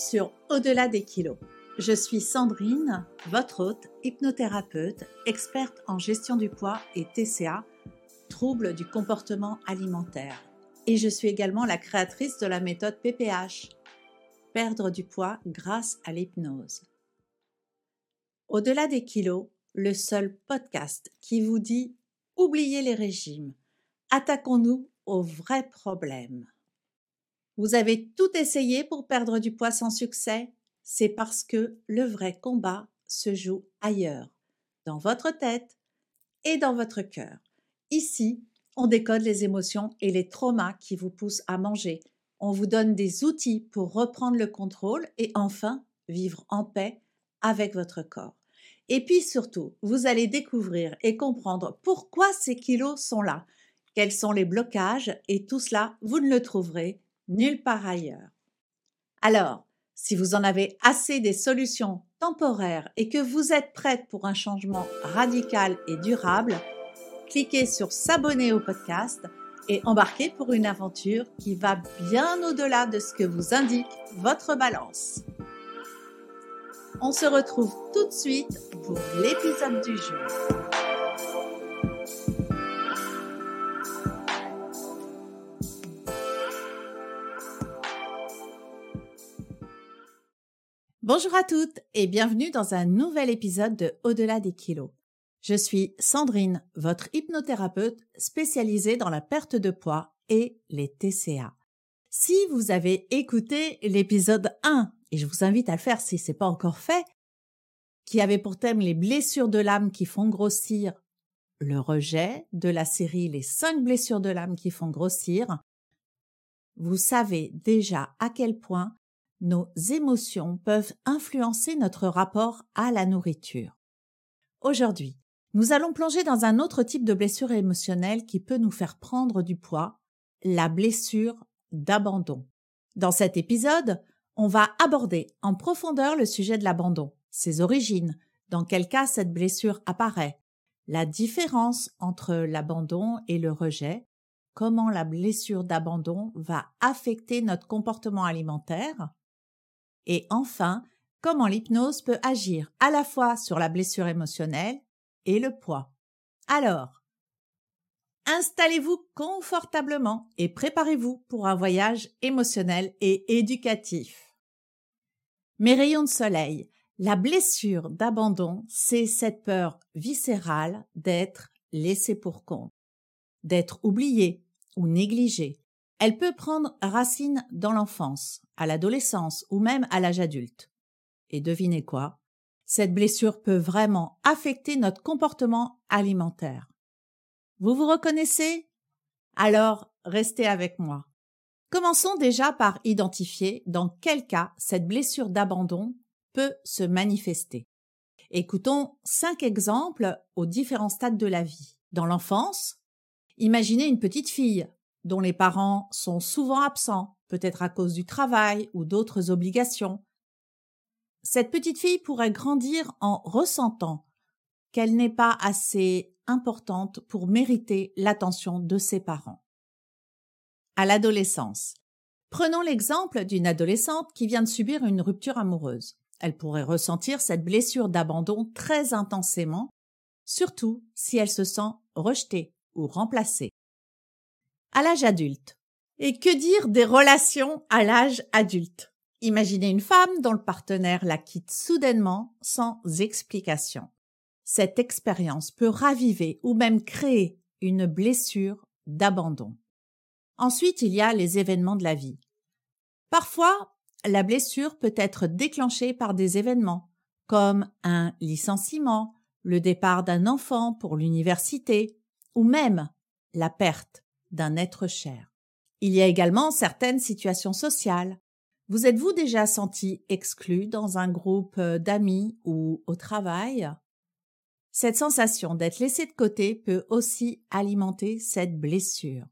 sur Au-delà des kilos. Je suis Sandrine, votre hôte, hypnothérapeute, experte en gestion du poids et TCA, troubles du comportement alimentaire. Et je suis également la créatrice de la méthode PPH, perdre du poids grâce à l'hypnose. Au-delà des kilos, le seul podcast qui vous dit « Oubliez les régimes, attaquons-nous aux vrais problèmes ». Vous avez tout essayé pour perdre du poids sans succès? C'est parce que le vrai combat se joue ailleurs, dans votre tête et dans votre cœur. Ici, on décode les émotions et les traumas qui vous poussent à manger. On vous donne des outils pour reprendre le contrôle et enfin vivre en paix avec votre corps. Et puis surtout, vous allez découvrir et comprendre pourquoi ces kilos sont là, quels sont les blocages et tout cela, vous ne le trouverez nulle part ailleurs. Alors, si vous en avez assez des solutions temporaires et que vous êtes prête pour un changement radical et durable, cliquez sur s'abonner au podcast et embarquez pour une aventure qui va bien au-delà de ce que vous indique votre balance. On se retrouve tout de suite pour l'épisode du jour. Bonjour à toutes et bienvenue dans un nouvel épisode de Au-delà des kilos. Je suis Sandrine, votre hypnothérapeute spécialisée dans la perte de poids et les TCA. Si vous avez écouté l'épisode 1, et je vous invite à le faire si ce n'est pas encore fait, qui avait pour thème les blessures de l'âme qui font grossir, le rejet de la série Les 5 blessures de l'âme qui font grossir, vous savez déjà à quel point nos émotions peuvent influencer notre rapport à la nourriture. Aujourd'hui, nous allons plonger dans un autre type de blessure émotionnelle qui peut nous faire prendre du poids, la blessure d'abandon. Dans cet épisode, on va aborder en profondeur le sujet de l'abandon, ses origines, dans quel cas cette blessure apparaît, la différence entre l'abandon et le rejet, comment la blessure d'abandon va affecter notre comportement alimentaire, et enfin, comment l'hypnose peut agir à la fois sur la blessure émotionnelle et le poids. Alors, installez-vous confortablement et préparez-vous pour un voyage émotionnel et éducatif. Mes rayons de soleil, la blessure d'abandon, c'est cette peur viscérale d'être laissé pour compte, d'être oublié ou négligé. Elle peut prendre racine dans l'enfance, à l'adolescence ou même à l'âge adulte. Et devinez quoi? Cette blessure peut vraiment affecter notre comportement alimentaire. Vous vous reconnaissez? Alors, restez avec moi. Commençons déjà par identifier dans quel cas cette blessure d'abandon peut se manifester. Écoutons 5 exemples aux différents stades de la vie. Dans l'enfance, imaginez une petite fille dont les parents sont souvent absents, peut-être à cause du travail ou d'autres obligations. Cette petite fille pourrait grandir en ressentant qu'elle n'est pas assez importante pour mériter l'attention de ses parents. À l'adolescence, prenons l'exemple d'une adolescente qui vient de subir une rupture amoureuse. Elle pourrait ressentir cette blessure d'abandon très intensément, surtout si elle se sent rejetée ou remplacée. À l'âge adulte. Et que dire des relations à l'âge adulte? Imaginez une femme dont le partenaire la quitte soudainement sans explication. Cette expérience peut raviver ou même créer une blessure d'abandon. Ensuite, il y a les événements de la vie. Parfois, la blessure peut être déclenchée par des événements, comme un licenciement, le départ d'un enfant pour l'université, ou même la perte d'un être cher. Il y a également certaines situations sociales. Vous êtes-vous déjà senti exclu dans un groupe d'amis ou au travail? Cette sensation d'être laissé de côté peut aussi alimenter cette blessure.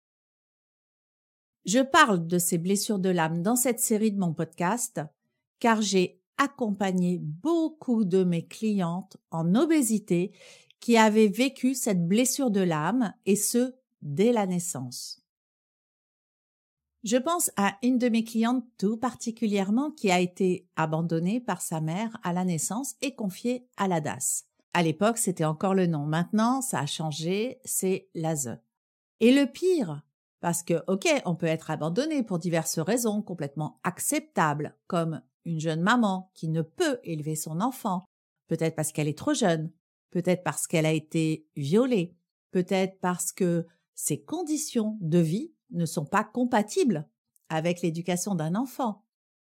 Je parle de ces blessures de l'âme dans cette série de mon podcast car j'ai accompagné beaucoup de mes clientes en obésité qui avaient vécu cette blessure de l'âme et ce, dès la naissance. Je pense à une de mes clientes tout particulièrement qui a été abandonnée par sa mère à la naissance et confiée à la DAS. À l'époque, c'était encore le nom. Maintenant, ça a changé, c'est l'ASE. Et le pire, parce que, ok, on peut être abandonné pour diverses raisons complètement acceptables, comme une jeune maman qui ne peut élever son enfant, peut-être parce qu'elle est trop jeune, peut-être parce qu'elle a été violée, peut-être parce que ses conditions de vie ne sont pas compatibles avec l'éducation d'un enfant.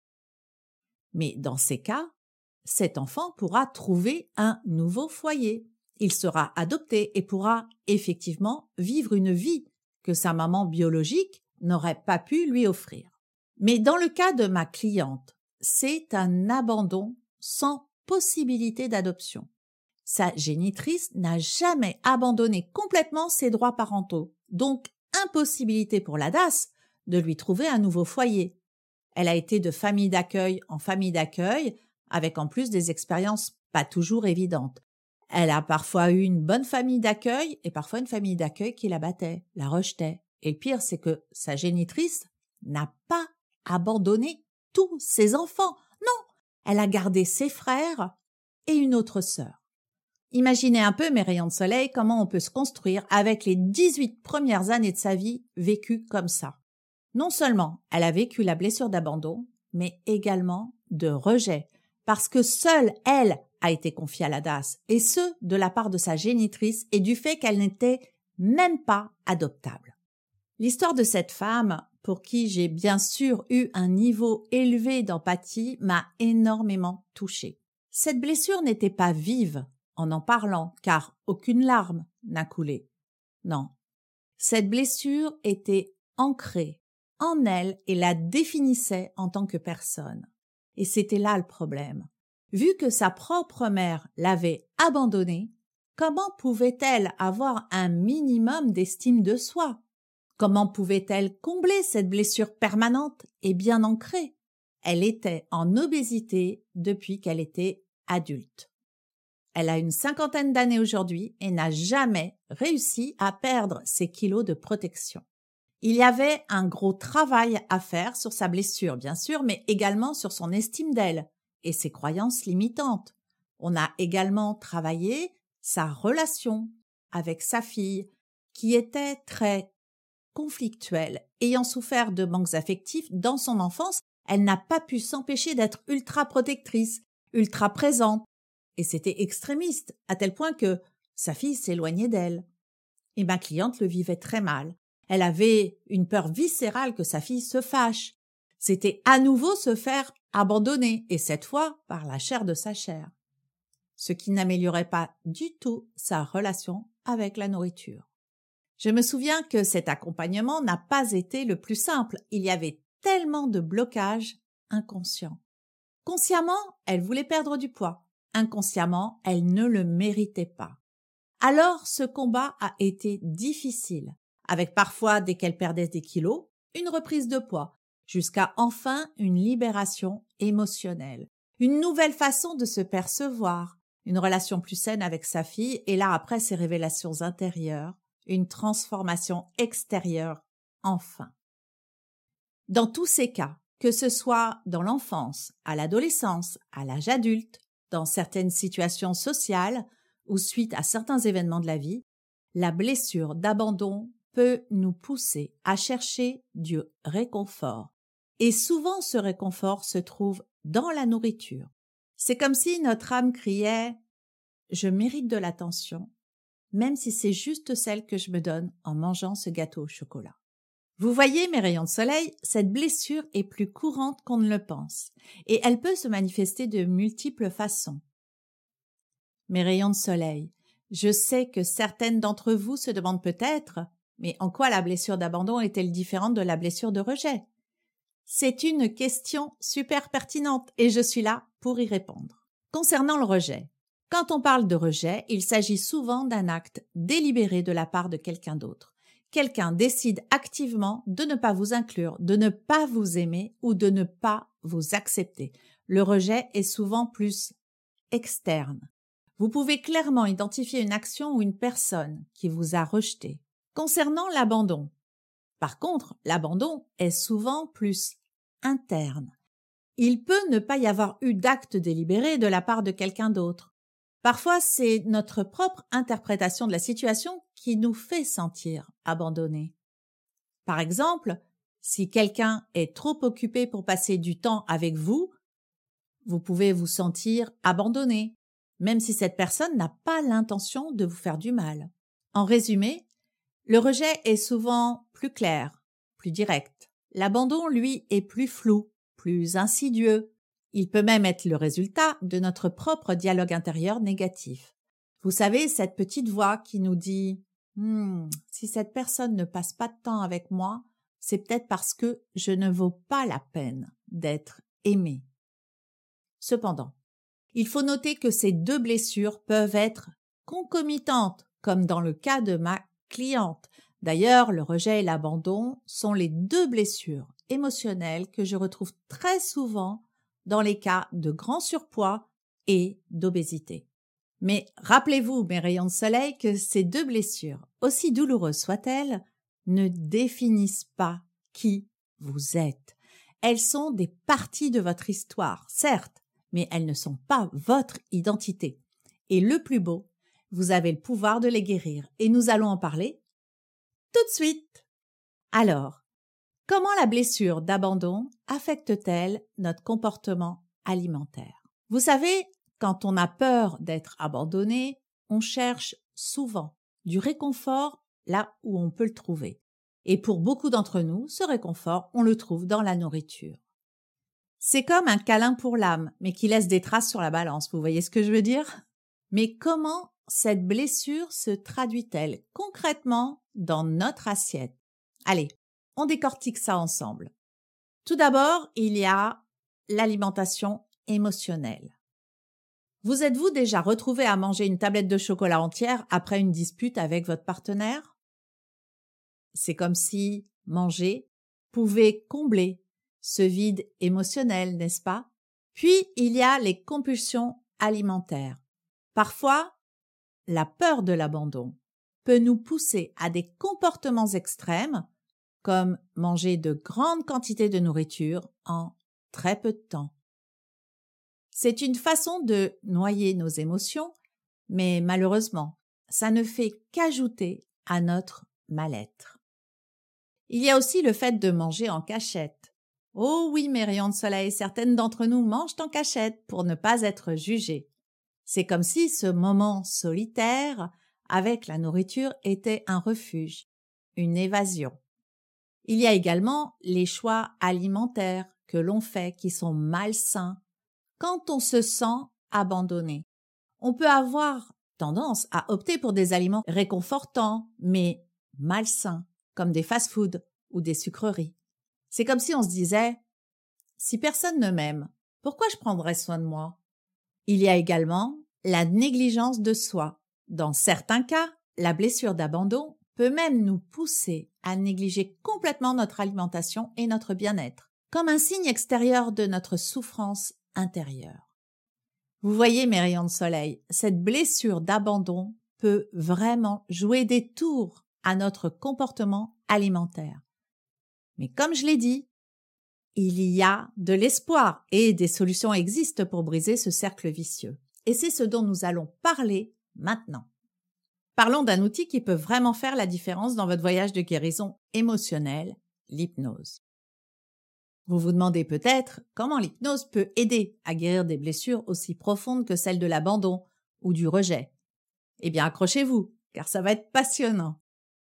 Mais dans ces cas, cet enfant pourra trouver un nouveau foyer. Il sera adopté et pourra effectivement vivre une vie que sa maman biologique n'aurait pas pu lui offrir. Mais dans le cas de ma cliente, c'est un abandon sans possibilité d'adoption. Sa génitrice n'a jamais abandonné complètement ses droits parentaux, donc impossibilité pour la DAS de lui trouver un nouveau foyer. Elle a été de famille d'accueil en famille d'accueil, avec en plus des expériences pas toujours évidentes. Elle a parfois eu une bonne famille d'accueil et parfois une famille d'accueil qui la battait, la rejetait. Et le pire, c'est que sa génitrice n'a pas abandonné tous ses enfants. Non, elle a gardé ses frères et une autre sœur. Imaginez un peu, mes rayons de soleil, comment on peut se construire avec les 18 premières années de sa vie vécues comme ça. Non seulement elle a vécu la blessure d'abandon, mais également de rejet, parce que seule elle a été confiée à la DAS, et ce, de la part de sa génitrice et du fait qu'elle n'était même pas adoptable. L'histoire de cette femme, pour qui j'ai bien sûr eu un niveau élevé d'empathie, m'a énormément touchée. Cette blessure n'était pas vive en parlant, car aucune larme n'a coulé. Non, cette blessure était ancrée en elle et la définissait en tant que personne. Et c'était là le problème. Vu que sa propre mère l'avait abandonnée, comment pouvait-elle avoir un minimum d'estime de soi? Comment pouvait-elle combler cette blessure permanente et bien ancrée? Elle était en obésité depuis qu'elle était adulte. Elle a une 50aine d'années aujourd'hui et n'a jamais réussi à perdre ses kilos de protection. Il y avait un gros travail à faire sur sa blessure, bien sûr, mais également sur son estime d'elle et ses croyances limitantes. On a également travaillé sa relation avec sa fille, qui était très conflictuelle. Ayant souffert de manques affectifs dans son enfance, elle n'a pas pu s'empêcher d'être ultra protectrice, ultra présente, et c'était extrémiste, à tel point que sa fille s'éloignait d'elle. Et ma cliente le vivait très mal. Elle avait une peur viscérale que sa fille se fâche. C'était à nouveau se faire abandonner, et cette fois par la chair de sa chair. Ce qui n'améliorait pas du tout sa relation avec la nourriture. Je me souviens que cet accompagnement n'a pas été le plus simple. Il y avait tellement de blocages inconscients. Consciemment, elle voulait perdre du poids. Inconsciemment, elle ne le méritait pas. Alors, ce combat a été difficile, avec parfois, dès qu'elle perdait des kilos, une reprise de poids, jusqu'à enfin une libération émotionnelle, une nouvelle façon de se percevoir, une relation plus saine avec sa fille, et là, après ces révélations intérieures, une transformation extérieure, enfin. Dans tous ces cas, que ce soit dans l'enfance, à l'adolescence, à l'âge adulte, dans certaines situations sociales ou suite à certains événements de la vie, la blessure d'abandon peut nous pousser à chercher du réconfort. Et souvent, ce réconfort se trouve dans la nourriture. C'est comme si notre âme criait « Je mérite de l'attention », même si c'est juste celle que je me donne en mangeant ce gâteau au chocolat. Vous voyez, mes rayons de soleil, cette blessure est plus courante qu'on ne le pense, et elle peut se manifester de multiples façons. Mes rayons de soleil, je sais que certaines d'entre vous se demandent peut-être, mais en quoi la blessure d'abandon est-elle différente de la blessure de rejet? C'est une question super pertinente et je suis là pour y répondre. Concernant le rejet, quand on parle de rejet, il s'agit souvent d'un acte délibéré de la part de quelqu'un d'autre. Quelqu'un décide activement de ne pas vous inclure, de ne pas vous aimer ou de ne pas vous accepter. Le rejet est souvent plus externe. Vous pouvez clairement identifier une action ou une personne qui vous a rejeté. Concernant l'abandon, Par contre, l'abandon est souvent plus interne. Il peut ne pas y avoir eu d'acte délibéré de la part de quelqu'un d'autre. Parfois, c'est notre propre interprétation de la situation qui nous fait sentir abandonnés. Par exemple, si quelqu'un est trop occupé pour passer du temps avec vous, vous pouvez vous sentir abandonné, même si cette personne n'a pas l'intention de vous faire du mal. En résumé, le rejet est souvent plus clair, plus direct. L'abandon, lui, est plus flou, plus insidieux. Il peut même être le résultat de notre propre dialogue intérieur négatif. Vous savez, cette petite voix qui nous dit « Si cette personne ne passe pas de temps avec moi, c'est peut-être parce que je ne vaux pas la peine d'être aimé. » Cependant, il faut noter que ces deux blessures peuvent être concomitantes, comme dans le cas de ma cliente. D'ailleurs, le rejet et l'abandon sont les deux blessures émotionnelles que je retrouve très souvent dans les cas de grand surpoids et d'obésité. Mais rappelez-vous, mes rayons de soleil, que ces deux blessures, aussi douloureuses soient-elles, ne définissent pas qui vous êtes. Elles sont des parties de votre histoire, certes, mais elles ne sont pas votre identité. Et le plus beau, vous avez le pouvoir de les guérir. Et nous allons en parler tout de suite. Alors, comment la blessure d'abandon affecte-t-elle notre comportement alimentaire? Vous savez, quand on a peur d'être abandonné, on cherche souvent du réconfort là où on peut le trouver. Et pour beaucoup d'entre nous, ce réconfort, on le trouve dans la nourriture. C'est comme un câlin pour l'âme, mais qui laisse des traces sur la balance, vous voyez ce que je veux dire? Mais comment cette blessure se traduit-elle concrètement dans notre assiette? Allez, on décortique ça ensemble. Tout d'abord, il y a l'alimentation émotionnelle. Vous êtes-vous déjà retrouvé à manger une tablette de chocolat entière après une dispute avec votre partenaire? C'est comme si manger pouvait combler ce vide émotionnel, n'est-ce pas? Puis, il y a les compulsions alimentaires. Parfois, la peur de l'abandon peut nous pousser à des comportements extrêmes, comme manger de grandes quantités de nourriture en très peu de temps. C'est une façon de noyer nos émotions, mais malheureusement, ça ne fait qu'ajouter à notre mal-être. Il y a aussi le fait de manger en cachette. Oh oui, mes rayons de soleil, certaines d'entre nous mangent en cachette pour ne pas être jugées. C'est comme si ce moment solitaire avec la nourriture était un refuge, une évasion. Il y a également les choix alimentaires que l'on fait qui sont malsains quand on se sent abandonné. On peut avoir tendance à opter pour des aliments réconfortants, mais malsains, comme des fast-foods ou des sucreries. C'est comme si on se disait « Si personne ne m'aime, pourquoi je prendrais soin de moi ?» Il y a également la négligence de soi. Dans certains cas, la blessure d'abandon peut même nous pousser à négliger complètement notre alimentation et notre bien-être, comme un signe extérieur de notre souffrance intérieure. Vous voyez, mes rayons de soleil, cette blessure d'abandon peut vraiment jouer des tours à notre comportement alimentaire. Mais comme je l'ai dit, il y a de l'espoir et des solutions existent pour briser ce cercle vicieux. Et c'est ce dont nous allons parler maintenant. Parlons d'un outil qui peut vraiment faire la différence dans votre voyage de guérison émotionnelle, l'hypnose. Vous vous demandez peut-être comment l'hypnose peut aider à guérir des blessures aussi profondes que celles de l'abandon ou du rejet. Eh bien, accrochez-vous, car ça va être passionnant.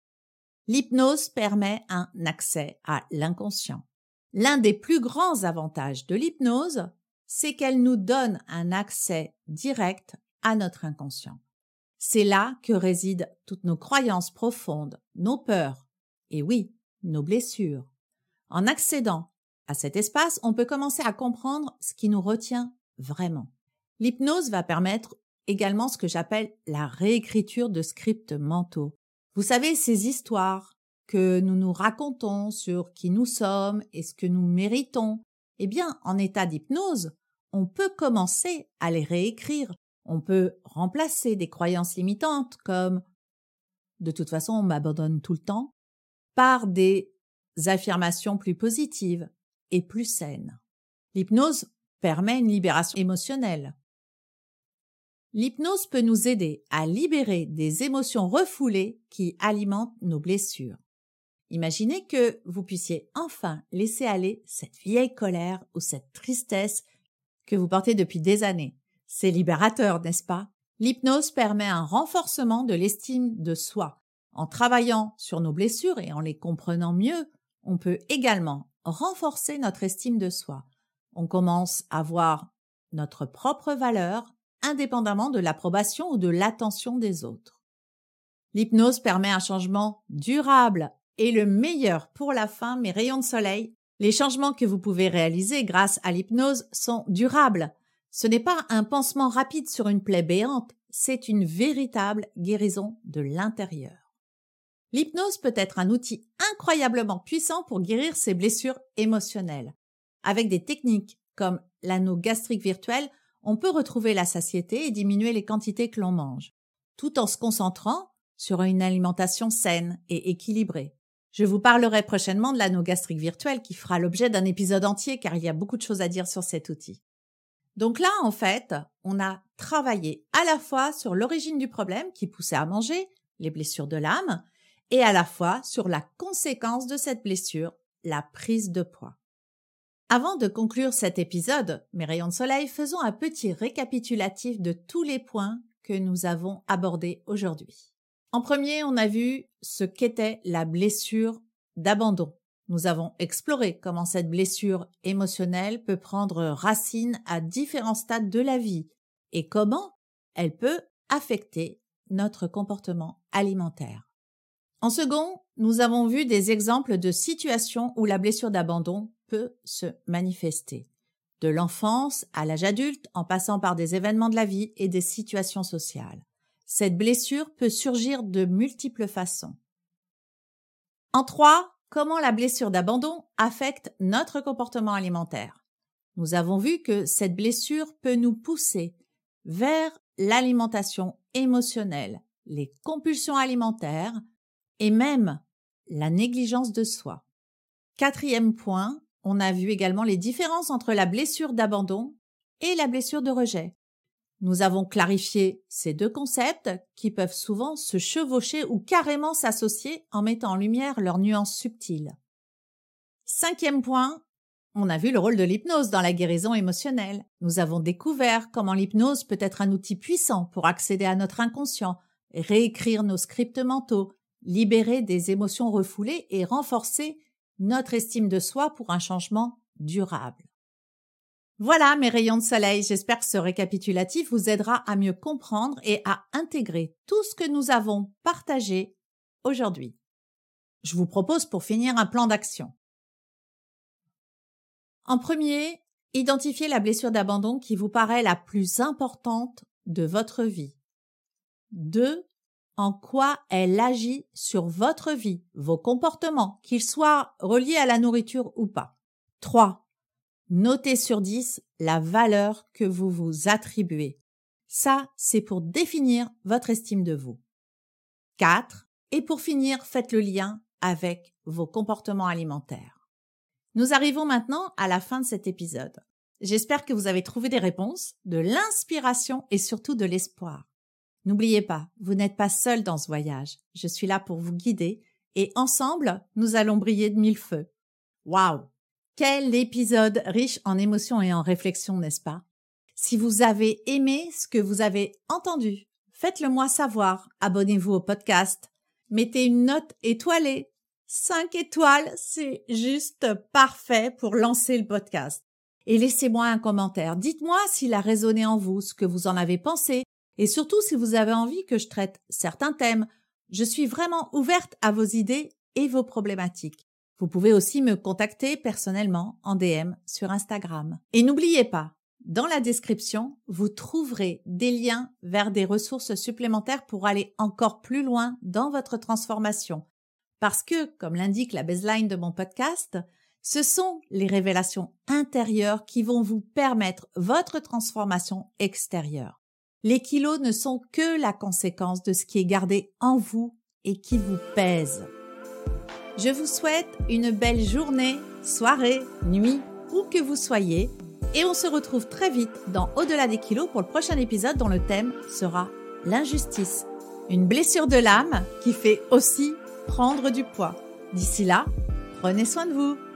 L'hypnose permet un accès à l'inconscient. L'un des plus grands avantages de l'hypnose, c'est qu'elle nous donne un accès direct à notre inconscient. C'est là que résident toutes nos croyances profondes, nos peurs et oui, nos blessures. En accédant à cet espace, on peut commencer à comprendre ce qui nous retient vraiment. L'hypnose va permettre également ce que j'appelle la réécriture de scripts mentaux. Vous savez, ces histoires que nous nous racontons sur qui nous sommes et ce que nous méritons, eh bien, en état d'hypnose, on peut commencer à les réécrire. On peut remplacer des croyances limitantes comme « de toute façon, on m'abandonne tout le temps » par des affirmations plus positives et plus saines. L'hypnose permet une libération émotionnelle. L'hypnose peut nous aider à libérer des émotions refoulées qui alimentent nos blessures. Imaginez que vous puissiez enfin laisser aller cette vieille colère ou cette tristesse que vous portez depuis des années. C'est libérateur, n'est-ce pas? L'hypnose permet un renforcement de l'estime de soi. En travaillant sur nos blessures et en les comprenant mieux, on peut également renforcer notre estime de soi. On commence à voir notre propre valeur indépendamment de l'approbation ou de l'attention des autres. L'hypnose permet un changement durable et le meilleur pour la fin, mes rayons de soleil. Les changements que vous pouvez réaliser grâce à l'hypnose sont durables. Ce n'est pas un pansement rapide sur une plaie béante, c'est une véritable guérison de l'intérieur. L'hypnose peut être un outil incroyablement puissant pour guérir ses blessures émotionnelles. Avec des techniques comme l'anneau gastrique virtuel, on peut retrouver la satiété et diminuer les quantités que l'on mange, tout en se concentrant sur une alimentation saine et équilibrée. Je vous parlerai prochainement de l'anneau gastrique virtuel qui fera l'objet d'un épisode entier car il y a beaucoup de choses à dire sur cet outil. Donc là, en fait, on a travaillé à la fois sur l'origine du problème qui poussait à manger, les blessures de l'âme, et à la fois sur la conséquence de cette blessure, la prise de poids. Avant de conclure cet épisode, mes rayons de soleil, faisons un petit récapitulatif de tous les points que nous avons abordés aujourd'hui. En premier, on a vu ce qu'était la blessure d'abandon. Nous avons exploré comment cette blessure émotionnelle peut prendre racine à différents stades de la vie et comment elle peut affecter notre comportement alimentaire. En second, nous avons vu des exemples de situations où la blessure d'abandon peut se manifester, de l'enfance à l'âge adulte en passant par des événements de la vie et des situations sociales. Cette blessure peut surgir de multiples façons. En 3, comment la blessure d'abandon affecte notre comportement alimentaire. Nous avons vu que cette blessure peut nous pousser vers l'alimentation émotionnelle, les compulsions alimentaires et même la négligence de soi. 4e point, on a vu également les différences entre la blessure d'abandon et la blessure de rejet. Nous avons clarifié ces deux concepts qui peuvent souvent se chevaucher ou carrément s'associer en mettant en lumière leurs nuances subtiles. 5e point, on a vu le rôle de l'hypnose dans la guérison émotionnelle. Nous avons découvert comment l'hypnose peut être un outil puissant pour accéder à notre inconscient, réécrire nos scripts mentaux, libérer des émotions refoulées et renforcer notre estime de soi pour un changement durable. Voilà mes rayons de soleil, j'espère que ce récapitulatif vous aidera à mieux comprendre et à intégrer tout ce que nous avons partagé aujourd'hui. Je vous propose pour finir un plan d'action. En premier, identifiez la blessure d'abandon qui vous paraît la plus importante de votre vie. 2. En quoi elle agit sur votre vie, vos comportements, qu'ils soient reliés à la nourriture ou pas. 3. Notez sur 10 la valeur que vous vous attribuez. Ça, c'est pour définir votre estime de vous. 4. Et pour finir, faites le lien avec vos comportements alimentaires. Nous arrivons maintenant à la fin de cet épisode. J'espère que vous avez trouvé des réponses, de l'inspiration et surtout de l'espoir. N'oubliez pas, vous n'êtes pas seul dans ce voyage. Je suis là pour vous guider et ensemble, nous allons briller de 1000 feux. Waouh! Quel épisode riche en émotions et en réflexions, n'est-ce pas? Si vous avez aimé ce que vous avez entendu, faites-le moi savoir. Abonnez-vous au podcast. Mettez une note étoilée. 5 étoiles, c'est juste parfait pour lancer le podcast. Et laissez-moi un commentaire. Dites-moi s'il a résonné en vous, ce que vous en avez pensé. Et surtout, si vous avez envie que je traite certains thèmes, je suis vraiment ouverte à vos idées et vos problématiques. Vous pouvez aussi me contacter personnellement en DM sur Instagram. Et n'oubliez pas, dans la description, vous trouverez des liens vers des ressources supplémentaires pour aller encore plus loin dans votre transformation. Parce que, comme l'indique la baseline de mon podcast, ce sont les révélations intérieures qui vont vous permettre votre transformation extérieure. Les kilos ne sont que la conséquence de ce qui est gardé en vous et qui vous pèse. Je vous souhaite une belle journée, soirée, nuit, où que vous soyez. Et on se retrouve très vite dans Au-delà des kilos pour le prochain épisode dont le thème sera l'injustice. Une blessure de l'âme qui fait aussi prendre du poids. D'ici là, prenez soin de vous.